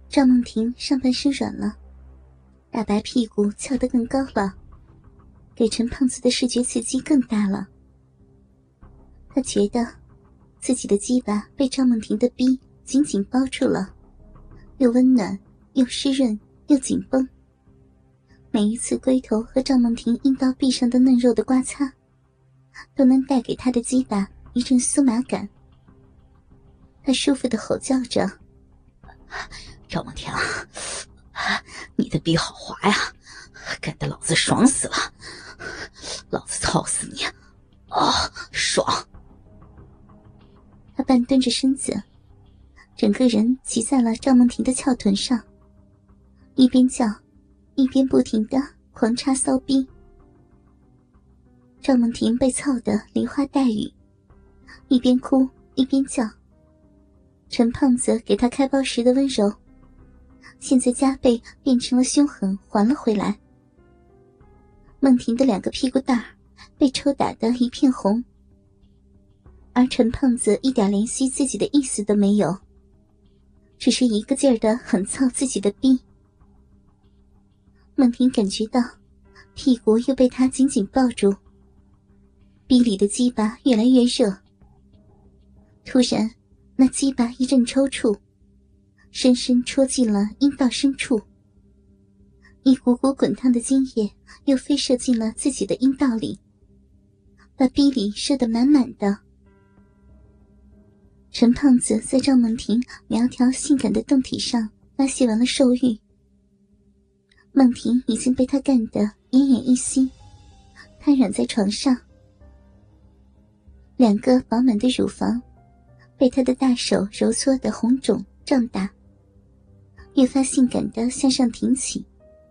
赵梦婷上半身软了，大白屁股翘得更高了，给陈胖子的视觉刺激更大了。他觉得自己的鸡巴被赵梦婷的逼紧紧包住了，又温暖又湿润又紧绷，每一次龟头和赵梦婷阴道壁上的嫩肉的刮擦，都能带给他的鸡巴一阵酥麻感。他舒服地吼叫着： 赵梦婷，你的逼好滑呀，干得老子爽死了，老子操死你！哦，爽！ 他半蹲着身子，整个人骑在了赵梦婷的翘臀上，一边叫一边不停地狂插骚逼。赵梦婷被操得梨花带雨，一边哭一边叫。陈胖子给她开包时的温柔，现在加倍变成了凶狠还了回来。梦婷的两个屁股蛋儿被抽打得一片红，而陈胖子一点怜惜自己的意思都没有，只是一个劲儿地狠操自己的逼。梦婷感觉到屁股又被他紧紧抱住，逼里的鸡巴越来越热。突然那鸡巴一阵抽搐，深深戳进了阴道深处，一股股滚烫的精液又飞射进了自己的阴道里，把逼里射得满满的。陈胖子在赵梦婷苗条性感的胴体上发泄完了兽欲，梦婷已经被他干得奄奄一息，瘫软在床上，两个饱满的乳房被他的大手揉搓得红肿胀大，越发性感地向上挺起。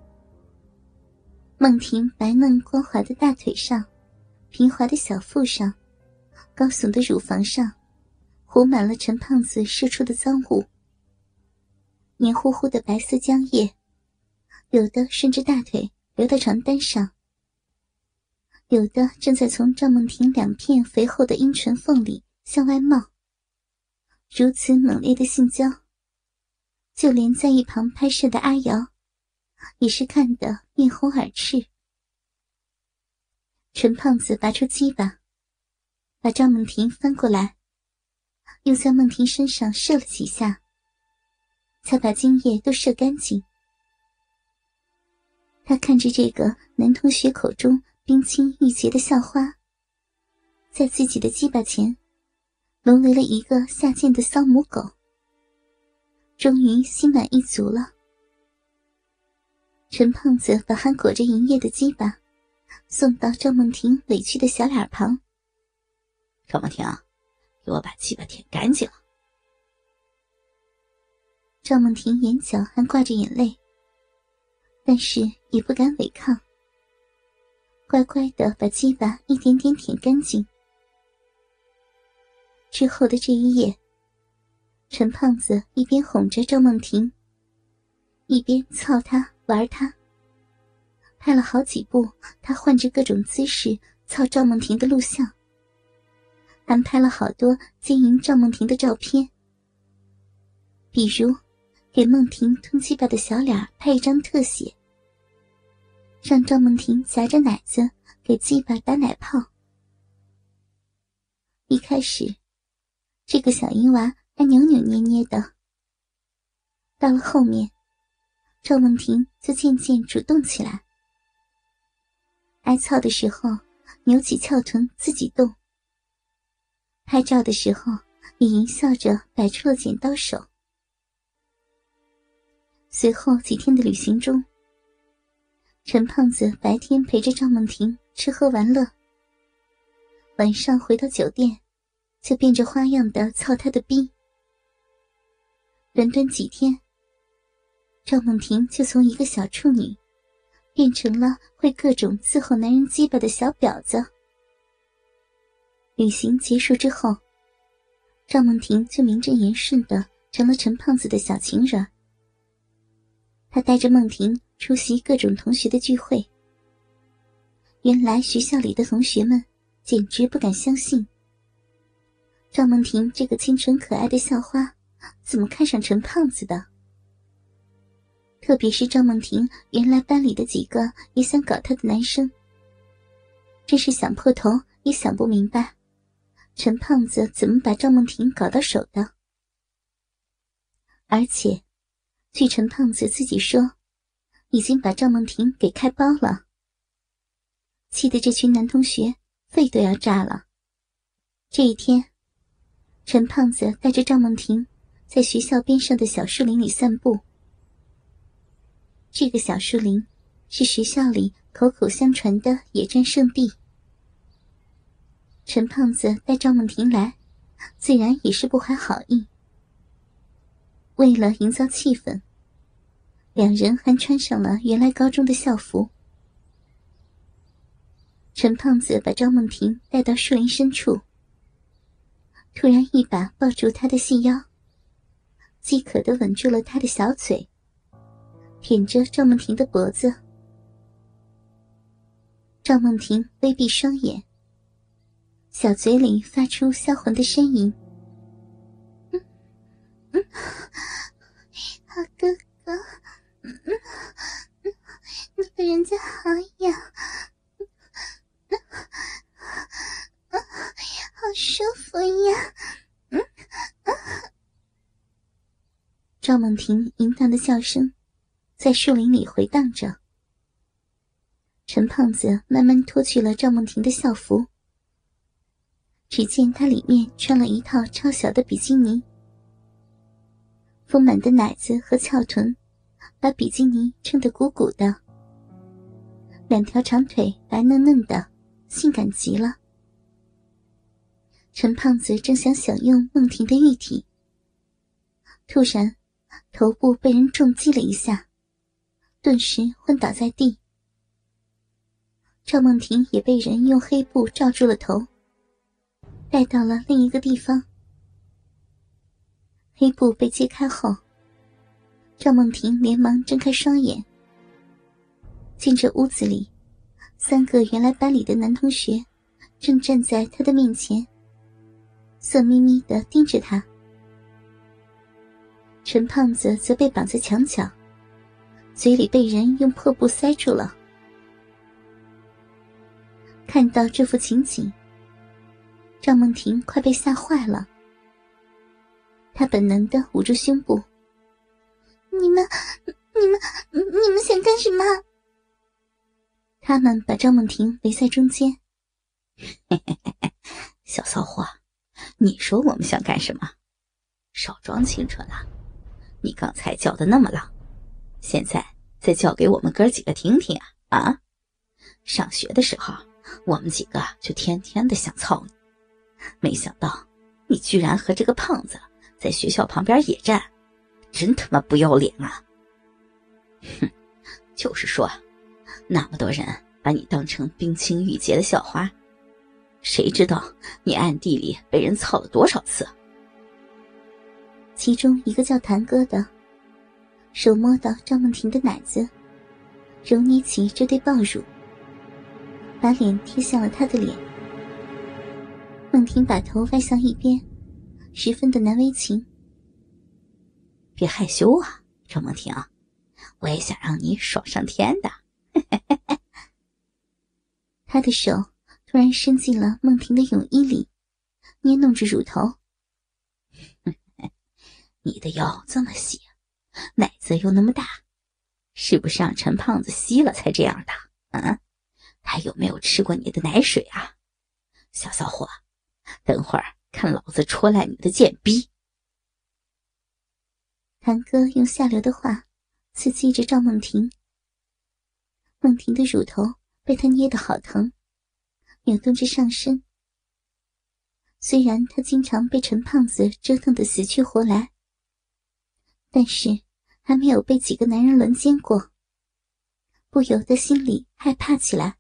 梦婷白嫩光滑的大腿上，平滑的小腹上，高耸的乳房上，糊满了陈胖子射出的脏物，黏糊糊的白色浆液，有的顺着大腿流到床单上，有的正在从赵梦婷两片肥厚的阴唇缝里向外冒。如此猛烈的性交，就连在一旁拍摄的阿瑶也是看得面红耳赤。陈胖子拔出鸡巴，把赵梦婷翻过来，又在梦婷身上射了几下，才把精液都射干净。他看着这个男同学口中冰清玉洁的校花，在自己的鸡巴前沦为了一个下贱的骚母狗，终于心满意足了。陈胖子把含裹着银液的鸡巴送到赵梦婷委屈的小脸旁。 赵梦婷，给我把鸡巴舔干净了。 赵梦婷眼角还挂着眼泪，但是也不敢违抗，乖乖地把鸡巴一点点舔干净。之后的这一夜，陈胖子一边哄着赵梦婷，一边操她玩她，拍了好几部他换着各种姿势操赵梦婷的录像，还拍了好多奸淫赵梦婷的照片，比如给梦婷吞鸡巴的小脸拍一张特写，让赵梦婷夹着奶子给鸡巴打奶泡。一开始这个小淫娃还扭扭捏捏的，到了后面赵梦婷就渐渐主动起来，挨操的时候扭起翘臀自己动，拍照的时候也淫笑着摆出了剪刀手。随后几天的旅行中，陈胖子白天陪着赵梦婷吃喝玩乐，晚上回到酒店就变着花样的操她的逼。短短几天，赵梦婷就从一个小处女变成了会各种伺候男人鸡巴的小婊子。旅行结束之后，赵梦婷就名正言顺的成了陈胖子的小情人。他带着梦婷出席各种同学的聚会，原来学校里的同学们简直不敢相信，赵梦婷这个清纯可爱的校花怎么看上陈胖子的。 特别是赵梦婷原来班里的几个也想搞她的男生，真是想破头也想不明白，陈胖子怎么把赵梦婷搞到手的。而且据陈胖子自己说，已经把赵梦婷给开包了，气得这群男同学肺都要炸了。这一天，陈胖子带着赵梦婷在学校边上的小树林里散步。这个小树林是学校里口口相传的野战圣地。陈胖子带赵梦婷来，自然也是不怀好意。为了营造气氛，两人还穿上了原来高中的校服。陈胖子把赵梦婷带到树林深处，突然一把抱住她的细腰，饥渴地吻住了她的小嘴，舔着赵梦婷的脖子。赵梦婷微闭双眼，小嘴里发出销魂的呻吟。好哥哥，你对人家好痒，好舒服呀。赵梦婷淫荡的笑声在树林里回荡着。陈胖子慢慢脱去了赵梦婷的校服，只见她里面穿了一套超小的比基尼，丰满的奶子和翘臀把比基尼撑得鼓鼓的，两条长腿白嫩嫩的，性感极了。陈胖子正想享用梦婷的玉体，突然头部被人重击了一下，顿时昏倒在地。赵梦婷也被人用黑布罩住了头，带到了另一个地方。黑布被揭开后，赵梦婷连忙睁开双眼，见这屋子里3个原来班里的男同学正站在她的面前，色眯眯地盯着她。陈胖子则被绑在墙角，嘴里被人用破布塞住了。看到这幅情景，赵梦婷快被吓坏了。她本能地捂住胸部。你们想干什么？他们把赵梦婷围在中间。 小骚货，你说我们想干什么？少装清纯了，你刚才叫得那么浪，现在再叫给我们哥几个听听啊！上学的时候我们几个就天天的想操你，没想到你居然和这个胖子在学校旁边野战，真他妈不要脸啊！哼，就是说那么多人把你当成冰清玉洁的校花，谁知道你暗地里被人操了多少次。 其中一个叫谭哥的手摸到赵梦婷的奶子，揉捏起这对爆乳，把脸贴向了她的脸。梦婷把头歪向一边，十分的难为情。 别害羞啊，赵梦婷，我也想让你爽上天的。 他的手突然伸进了梦婷的泳衣里，捏弄着乳头。 你的腰这么细，奶子又那么大，是不是让陈胖子吸了才这样的？他有没有吃过你的奶水啊？小骚货，等会儿看老子戳烂你的贱逼！ 谭哥用下流的话刺激着赵梦婷。梦婷的乳头被他捏得好疼，扭动着上身。虽然他经常被陈胖子折腾得死去活来，但是还没有被几个男人轮奸过，不由得心里害怕起来。